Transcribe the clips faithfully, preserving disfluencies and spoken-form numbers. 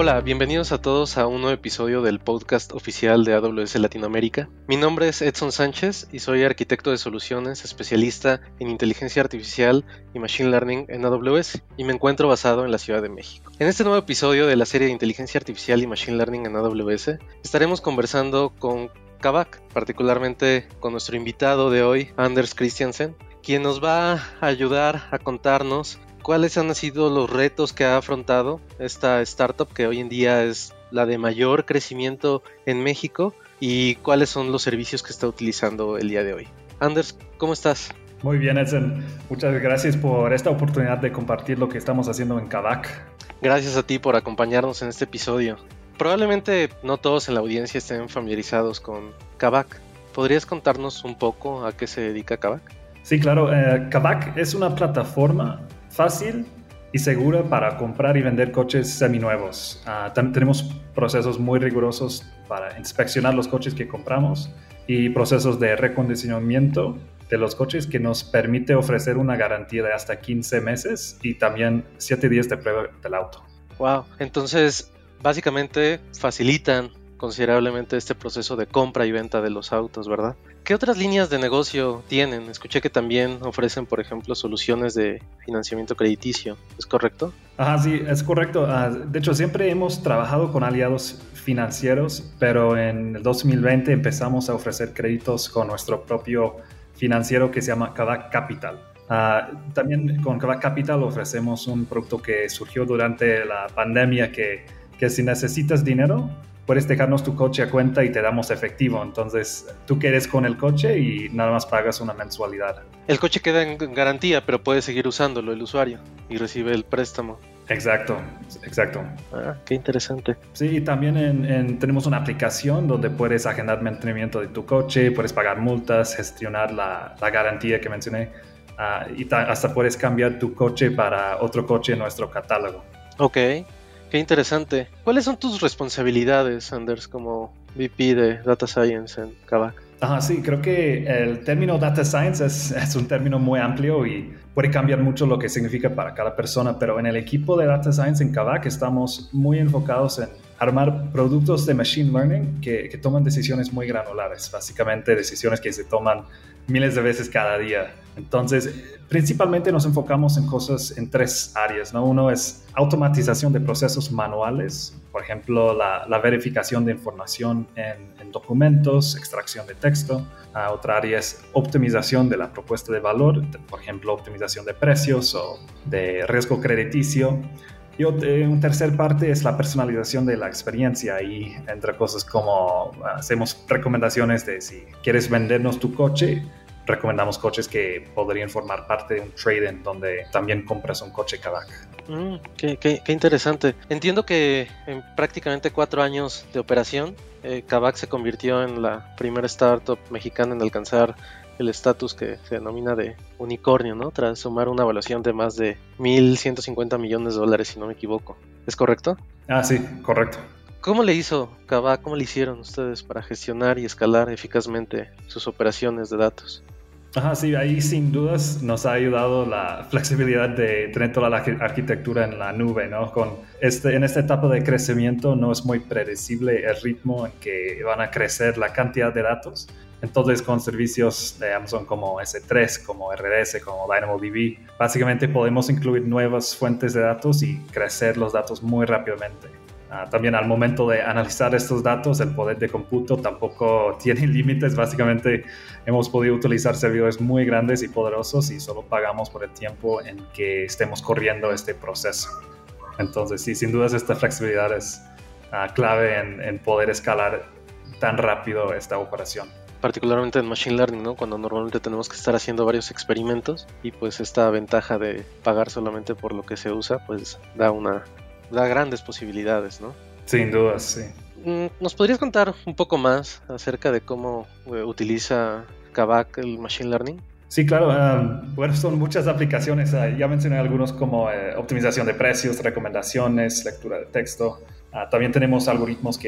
Hola, bienvenidos a todos a un nuevo episodio del podcast oficial de A W S Latinoamérica. Mi nombre es Edson Sánchez y soy arquitecto de soluciones, especialista en inteligencia artificial y machine learning en A W S, y me encuentro basado en la Ciudad de México. En este nuevo episodio de la serie de inteligencia artificial y machine learning en A W S, estaremos conversando con Kavak, particularmente con nuestro invitado de hoy, Anders Christiansen, quien nos va a ayudar a contarnos cuáles han sido los retos que ha afrontado esta startup que hoy en día es la de mayor crecimiento en México y cuáles son los servicios que está utilizando el día de hoy. Anders, ¿cómo estás? Muy bien, Edson. Muchas gracias por esta oportunidad de compartir lo que estamos haciendo en Kavak. Gracias a ti por acompañarnos en este episodio. Probablemente no todos en la audiencia estén familiarizados con Kavak. ¿Podrías contarnos un poco a qué se dedica Kavak? Sí, claro. Eh, Kavak es una plataforma fácil y segura para comprar y vender coches seminuevos. Uh, también tenemos procesos muy rigurosos para inspeccionar los coches que compramos y procesos de recondicionamiento de los coches que nos permite ofrecer una garantía de hasta quince meses y también siete días de prueba del auto. Wow, entonces básicamente facilitan considerablemente este proceso de compra y venta de los autos, ¿verdad? ¿Qué otras líneas de negocio tienen? Escuché que también ofrecen, por ejemplo, soluciones de financiamiento crediticio. ¿Es correcto? Ajá, sí, es correcto. Uh, de hecho, siempre hemos trabajado con aliados financieros, pero en el dos mil veinte empezamos a ofrecer créditos con nuestro propio financiero que se llama Kavak Capital. Uh, también con Kavak Capital ofrecemos un producto que surgió durante la pandemia que, que si necesitas dinero, puedes dejarnos tu coche a cuenta y te damos efectivo. Entonces, tú quedes con el coche y nada más pagas una mensualidad. El coche queda en garantía, pero puede seguir usándolo el usuario y recibe el préstamo. Exacto, exacto. Ah, qué interesante. Sí, y también en, en, tenemos una aplicación donde puedes agendar mantenimiento de tu coche, puedes pagar multas, gestionar la, la garantía que mencioné uh, y ta- hasta puedes cambiar tu coche para otro coche en nuestro catálogo. Ok. Qué interesante. ¿Cuáles son tus responsabilidades, Anders, como V P de Data Science en Kavak? Ajá, sí, creo que el término Data Science es, es un término muy amplio y puede cambiar mucho lo que significa para cada persona, pero en el equipo de Data Science en Kavak estamos muy enfocados en armar productos de Machine Learning que, que toman decisiones muy granulares, básicamente decisiones que se toman miles de veces cada día. Entonces, principalmente nos enfocamos en cosas en tres áreas, ¿no? Uno es automatización de procesos manuales, por ejemplo, la, la verificación de información en, en documentos, extracción de texto. Uh, otra área es optimización de la propuesta de valor, por ejemplo, optimización de precios o de riesgo crediticio. Y un tercer parte es la personalización de la experiencia y entre cosas como hacemos recomendaciones de si quieres vendernos tu coche, recomendamos coches que podrían formar parte de un trade-in donde también compras un coche Kavak. Mm, qué, qué, qué interesante. Entiendo que en prácticamente cuatro años de operación, eh, Kavak se convirtió en la primera startup mexicana en alcanzar el estatus que se denomina de unicornio, ¿no? Tras sumar una evaluación de más de mil ciento cincuenta millones de dólares, si no me equivoco. ¿Es correcto? Ah, sí, correcto. ¿Cómo le hizo Kavak? ¿Cómo le hicieron ustedes para gestionar y escalar eficazmente sus operaciones de datos? Ajá, sí, ahí sin dudas nos ha ayudado la flexibilidad de tener toda la arquitectura en la nube, ¿no? Con este, en esta etapa de crecimiento no es muy predecible el ritmo en que van a crecer la cantidad de datos. Entonces, con servicios de Amazon como ese tres, como R D S, como DynamoDB, básicamente podemos incluir nuevas fuentes de datos y crecer los datos muy rápidamente. Uh, también al momento de analizar estos datos, el poder de cómputo tampoco tiene límites. Básicamente hemos podido utilizar servidores muy grandes y poderosos y solo pagamos por el tiempo en que estemos corriendo este proceso. Entonces, sí, sin dudas esta flexibilidad es uh, clave en, en poder escalar tan rápido esta operación. Particularmente en Machine Learning, ¿no? Cuando normalmente tenemos que estar haciendo varios experimentos y pues esta ventaja de pagar solamente por lo que se usa, pues da una da grandes posibilidades, ¿no? Sin duda, sí. ¿Nos podrías contar un poco más acerca de cómo eh, utiliza Kavak el Machine Learning? Sí, claro. Um, bueno, son muchas aplicaciones. Uh, ya mencioné algunos como eh, optimización de precios, recomendaciones, lectura de texto. Uh, también tenemos algoritmos que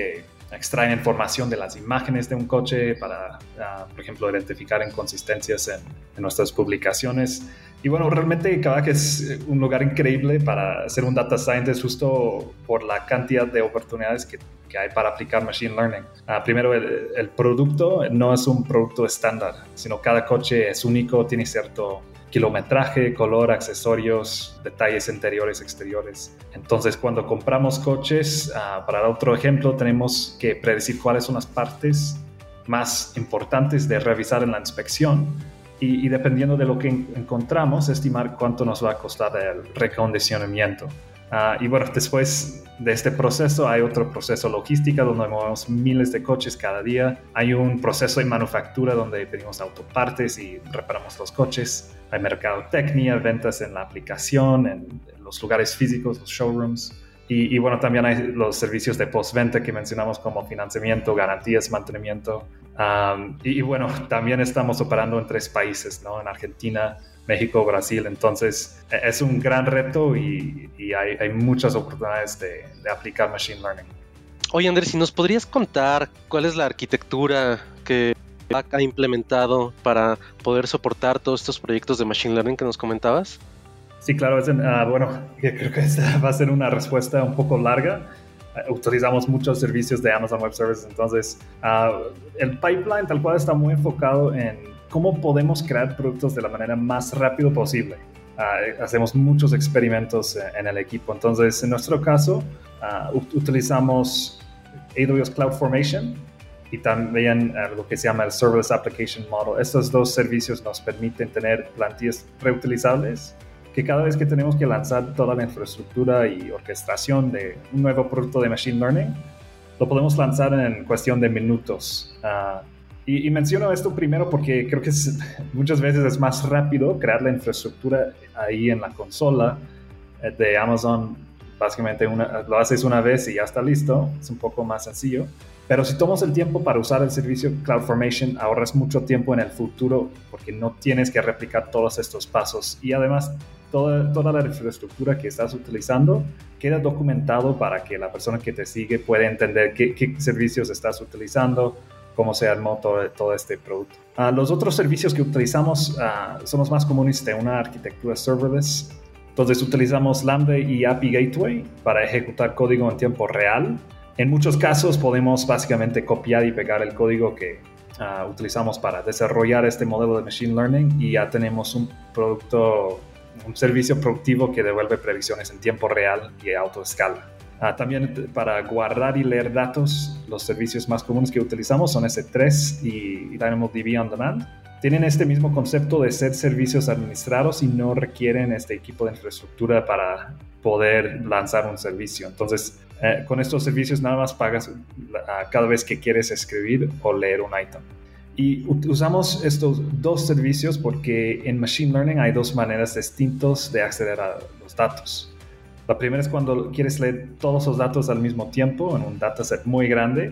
extraen información de las imágenes de un coche para, uh, por ejemplo, identificar inconsistencias en, en nuestras publicaciones. Y bueno, realmente Kavak es un lugar increíble para ser un data scientist justo por la cantidad de oportunidades que, que hay para aplicar machine learning. Uh, primero, el, el producto no es un producto estándar, sino cada coche es único, tiene cierto kilometraje, color, accesorios, detalles interiores, exteriores. Entonces, cuando compramos coches, uh, para dar otro ejemplo, tenemos que predecir cuáles son las partes más importantes de revisar en la inspección y, y dependiendo de lo que en- encontramos, estimar cuánto nos va a costar el recondicionamiento. Uh, y bueno, después de este proceso hay otro proceso logística donde movemos miles de coches cada día. Hay un proceso de manufactura donde pedimos autopartes y reparamos los coches. Hay mercadotecnia, ventas en la aplicación, en los lugares físicos, los showrooms. Y, y bueno, también hay los servicios de postventa que mencionamos como financiamiento, garantías, mantenimiento. Um, y, y bueno, también estamos operando en tres países, ¿no? En Argentina, México, Brasil. Entonces, es un gran reto y, y hay, hay muchas oportunidades de, de aplicar Machine Learning. Oye, Andrés, si nos podrías contar cuál es la arquitectura que ha implementado para poder soportar todos estos proyectos de Machine Learning que nos comentabas. Sí, claro. Es en, uh, bueno, creo que esta va a ser una respuesta un poco larga. Uh, utilizamos muchos servicios de Amazon Web Services, entonces uh, el pipeline tal cual está muy enfocado en cómo podemos crear productos de la manera más rápido posible. Uh, hacemos muchos experimentos en el equipo, entonces en nuestro caso uh, utilizamos A W S CloudFormation y también uh, lo que se llama el Serverless Application Model. Estos dos servicios nos permiten tener plantillas reutilizables que cada vez que tenemos que lanzar toda la infraestructura y orquestación de un nuevo producto de Machine Learning, lo podemos lanzar en cuestión de minutos. Uh, y, y menciono esto primero porque creo que es, muchas veces es más rápido crear la infraestructura ahí en la consola de Amazon. Básicamente una, lo haces una vez y ya está listo. Es un poco más sencillo. Pero si tomas el tiempo para usar el servicio CloudFormation, ahorras mucho tiempo en el futuro porque no tienes que replicar todos estos pasos. Y además, toda, toda la infraestructura que estás utilizando queda documentado para que la persona que te sigue pueda entender qué, qué servicios estás utilizando, cómo se armó todo, todo este producto. Uh, los otros servicios que utilizamos uh, son los más comunes de una arquitectura serverless. Entonces, utilizamos Lambda y A P I Gateway para ejecutar código en tiempo real. En muchos casos podemos básicamente copiar y pegar el código que uh, utilizamos para desarrollar este modelo de Machine Learning y ya tenemos un producto, un servicio productivo que devuelve predicciones en tiempo real y a autoescala. Uh, también para guardar y leer datos, los servicios más comunes que utilizamos son S tres y DynamoDB On Demand. Tienen este mismo concepto de ser servicios administrados y no requieren este equipo de infraestructura para poder lanzar un servicio. Entonces, eh, con estos servicios nada más pagas uh, cada vez que quieres escribir o leer un item. Y usamos estos dos servicios porque en Machine Learning hay dos maneras distintas de acceder a los datos. La primera es cuando quieres leer todos los datos al mismo tiempo en un dataset muy grande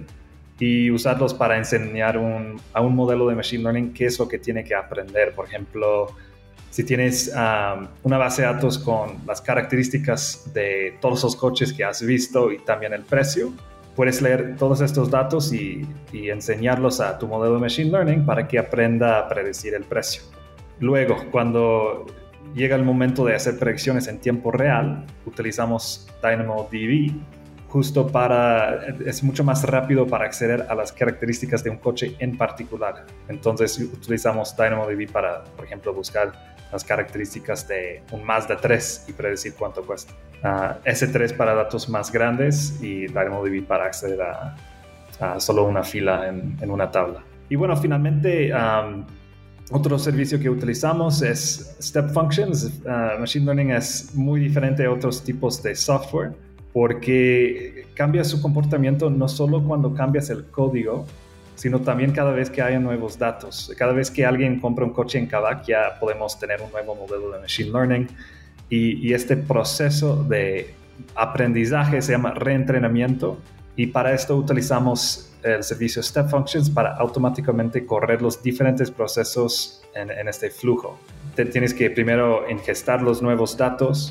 y usarlos para enseñar un, a un modelo de Machine Learning qué es lo que tiene que aprender. Por ejemplo, si tienes um, una base de datos con las características de todos los coches que has visto y también el precio, puedes leer todos estos datos y, y enseñarlos a tu modelo de Machine Learning para que aprenda a predecir el precio. Luego, cuando llega el momento de hacer predicciones en tiempo real, utilizamos DynamoDB justo para, es mucho más rápido para acceder a las características de un coche en particular. Entonces utilizamos DynamoDB para, por ejemplo, buscar las características de un Mazda tres y predecir cuánto cuesta. Uh, S tres para datos más grandes y DynamoDB para acceder a, a solo una fila en, en una tabla. Y bueno, finalmente, um, otro servicio que utilizamos es Step Functions. Uh, Machine Learning es muy diferente a otros tipos de software porque cambia su comportamiento no solo cuando cambias el código, sino también cada vez que haya nuevos datos. Cada vez que alguien compra un coche en Kavak ya podemos tener un nuevo modelo de Machine Learning y, y este proceso de aprendizaje se llama reentrenamiento y para esto utilizamos el servicio Step Functions para automáticamente correr los diferentes procesos en, en este flujo. Te tienes que primero ingestar los nuevos datos,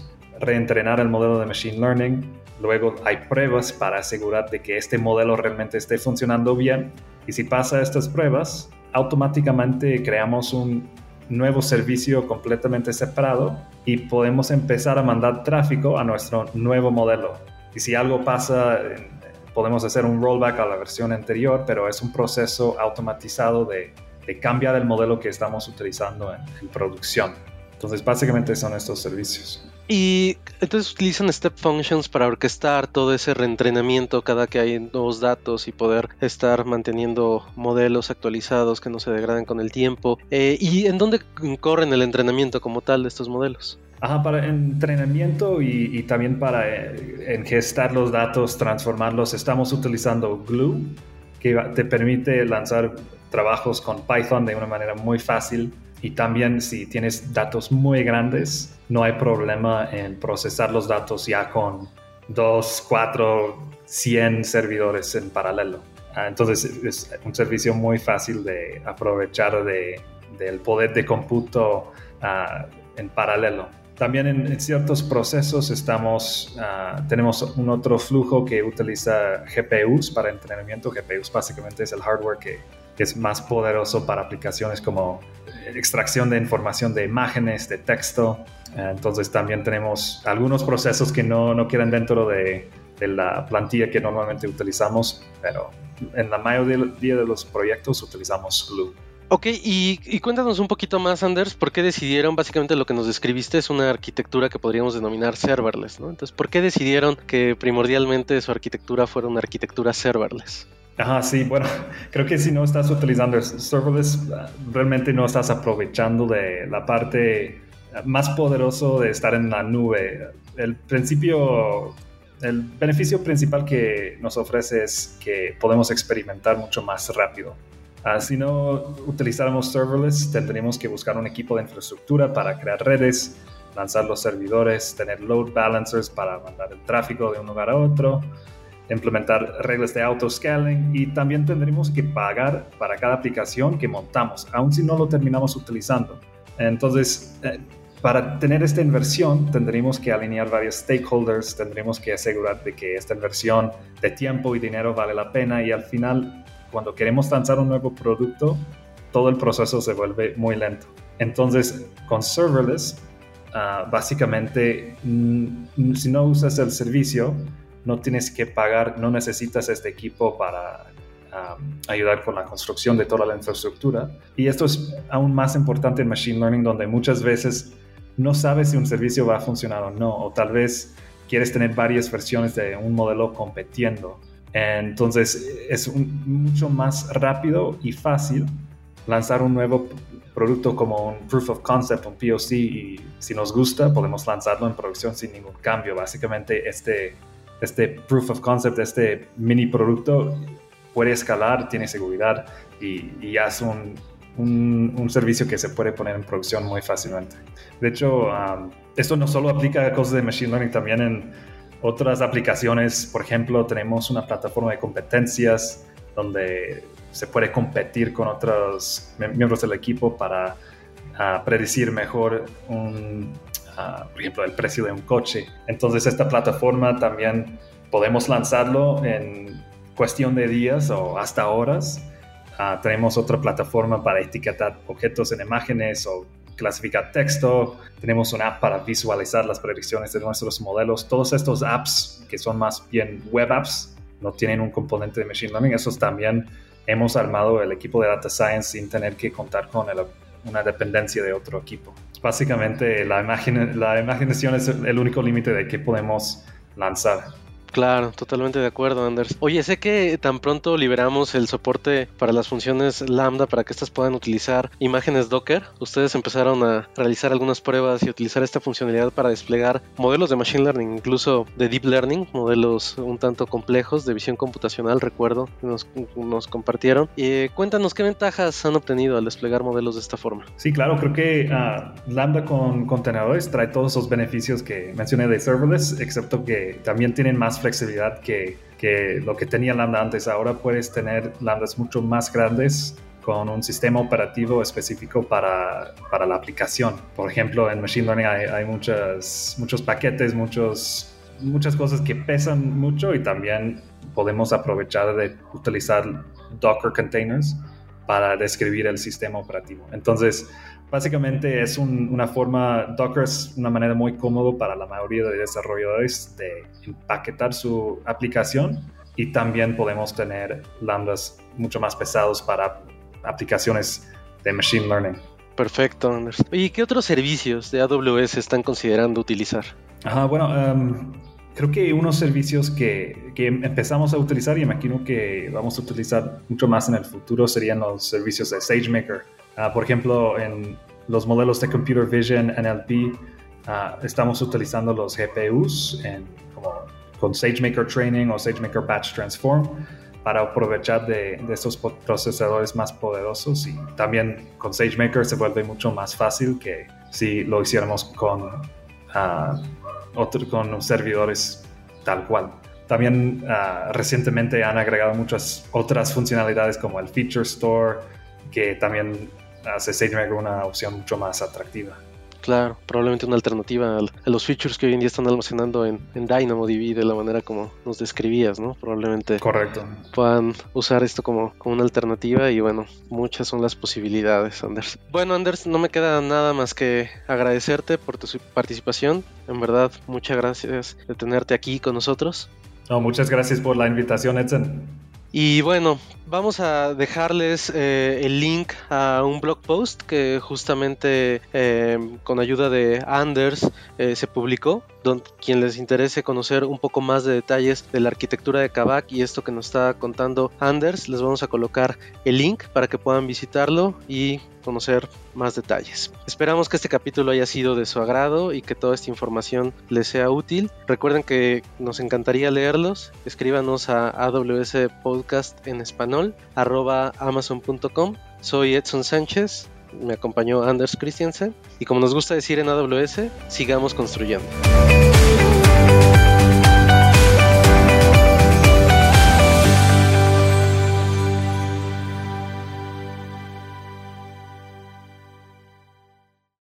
reentrenar el modelo de Machine Learning. Luego hay pruebas para asegurar de que este modelo realmente esté funcionando bien. Y si pasa estas pruebas, automáticamente creamos un nuevo servicio completamente separado y podemos empezar a mandar tráfico a nuestro nuevo modelo. Y si algo pasa, podemos hacer un rollback a la versión anterior, pero es un proceso automatizado de, de cambiar el modelo que estamos utilizando en, en producción. Entonces, básicamente son estos servicios. Y entonces utilizan step functions para orquestar todo ese reentrenamiento cada que hay nuevos datos y poder estar manteniendo modelos actualizados que no se degraden con el tiempo. Eh, ¿Y en dónde corren el entrenamiento como tal de estos modelos? Ajá, para entrenamiento y, y también para eh, engestar los datos, transformarlos, estamos utilizando Glue, que te permite lanzar trabajos con Python de una manera muy fácil. Y también si tienes datos muy grandes, no hay problema en procesar los datos ya con dos, cuatro, cien servidores en paralelo. Entonces es un servicio muy fácil de aprovechar de, del poder de cómputo uh, en paralelo. También en, en ciertos procesos estamos, uh, tenemos un otro flujo que utiliza G P Us para entrenamiento. G P Us básicamente es el hardware que, que es más poderoso para aplicaciones como extracción de información de imágenes, de texto. Entonces también tenemos algunos procesos que no, no quedan dentro de, de la plantilla que normalmente utilizamos, pero en la mayoría de los proyectos utilizamos Glue. Ok, y, y cuéntanos un poquito más, Anders, ¿por qué decidieron? Básicamente lo que nos describiste es una arquitectura que podríamos denominar serverless, ¿no? Entonces, ¿por qué decidieron que primordialmente su arquitectura fuera una arquitectura serverless? Ajá, sí, bueno, creo que si no estás utilizando serverless, realmente no estás aprovechando de la parte más poderoso de estar en la nube. El principio, el beneficio principal que nos ofrece es que podemos experimentar mucho más rápido. Uh, si no utilizáramos serverless, tendríamos que buscar un equipo de infraestructura para crear redes, lanzar los servidores, tener load balancers para mandar el tráfico de un lugar a otro, implementar reglas de auto-scaling y también tendremos que pagar para cada aplicación que montamos, aun si no lo terminamos utilizando. Entonces, eh, para tener esta inversión, tendremos que alinear varios stakeholders, tendremos que asegurar de que esta inversión de tiempo y dinero vale la pena y al final, cuando queremos lanzar un nuevo producto, todo el proceso se vuelve muy lento. Entonces, con serverless, uh, básicamente, mm, si no usas el servicio, no tienes que pagar, no necesitas este equipo para um, ayudar con la construcción de toda la infraestructura. Y esto es aún más importante en Machine Learning, donde muchas veces no sabes si un servicio va a funcionar o no, o tal vez quieres tener varias versiones de un modelo compitiendo. Entonces es un, mucho más rápido y fácil lanzar un nuevo producto como un Proof of Concept, un P O C, y si nos gusta podemos lanzarlo en producción sin ningún cambio. Básicamente este Este proof of concept, este mini producto puede escalar, tiene seguridad y, y ya es un, un, un servicio que se puede poner en producción muy fácilmente. De hecho, um, esto no solo aplica a cosas de Machine Learning, también en otras aplicaciones. Por ejemplo, tenemos una plataforma de competencias donde se puede competir con otros miembros del equipo para uh, predecir mejor un... Uh, por ejemplo, el precio de un coche. Entonces esta plataforma también podemos lanzarlo en cuestión de días o hasta horas. Uh, tenemos otra plataforma para etiquetar objetos en imágenes o clasificar texto. Tenemos una app para visualizar las predicciones de nuestros modelos. Todos estos apps que son más bien web apps no tienen un componente de Machine Learning. Esos también hemos armado el equipo de Data Science sin tener que contar con el, una dependencia de otro equipo. Básicamente la, imagine, la imaginación es el único límite de qué podemos lanzar. Claro, totalmente de acuerdo, Anders. Oye, sé que tan pronto liberamos el soporte para las funciones Lambda para que estas puedan utilizar imágenes Docker. Ustedes empezaron a realizar algunas pruebas y utilizar esta funcionalidad para desplegar modelos de Machine Learning, incluso de Deep Learning, modelos un tanto complejos de visión computacional, recuerdo, que nos, nos compartieron. Eh, cuéntanos, ¿qué ventajas han obtenido al desplegar modelos de esta forma? Sí, claro, creo que uh, Lambda con contenedores trae todos esos beneficios que mencioné de serverless, excepto que también tienen más flexibilidad que, que lo que tenía Lambda antes. Ahora puedes tener Lambdas mucho más grandes con un sistema operativo específico para, para la aplicación. Por ejemplo, en Machine Learning hay, hay muchas, muchos paquetes, muchos, muchas cosas que pesan mucho, y también podemos aprovechar de utilizar Docker containers para describir el sistema operativo. Entonces, básicamente es un, una forma, Docker es una manera muy cómoda para la mayoría de desarrolladores de empaquetar su aplicación, y también podemos tener lambdas mucho más pesados para aplicaciones de Machine Learning. Perfecto, Anders. ¿Y qué otros servicios de A W S están considerando utilizar? Ajá, bueno, um, creo que unos servicios que, que empezamos a utilizar y imagino que vamos a utilizar mucho más en el futuro serían los servicios de SageMaker. Uh, por ejemplo, en los modelos de Computer Vision, N L P, uh, estamos utilizando los G P Us en, como, con SageMaker Training o SageMaker Batch Transform para aprovechar de, de esos procesadores más poderosos, y también con SageMaker se vuelve mucho más fácil que si lo hiciéramos con, uh, otro, con servidores tal cual. También uh, recientemente han agregado muchas otras funcionalidades como el Feature Store, que también hace SageMaker una opción mucho más atractiva. Claro, probablemente una alternativa a los features que hoy en día están almacenando en, en DynamoDB de la manera como nos describías, ¿no? Probablemente Correcto. puedan usar esto como, como una alternativa, y bueno, muchas son las posibilidades, Anders. Bueno, Anders, no me queda nada más que agradecerte por tu participación. En verdad, muchas gracias de tenerte aquí con nosotros. No, muchas gracias por la invitación, Edson. Y bueno, vamos a dejarles eh, el link a un blog post que justamente eh, con ayuda de Anders eh, se publicó, donde quien les interese conocer un poco más de detalles de la arquitectura de Kavak y esto que nos está contando Anders, les vamos a colocar el link para que puedan visitarlo y conocer más detalles. Esperamos que este capítulo haya sido de su agrado y que toda esta información les sea útil. Recuerden que nos encantaría leerlos. Escríbanos a A W S Podcast en español arroba amazon punto com. Soy Edson Sánchez, me acompañó Anders Christiansen, y como nos gusta decir en A W S, sigamos construyendo.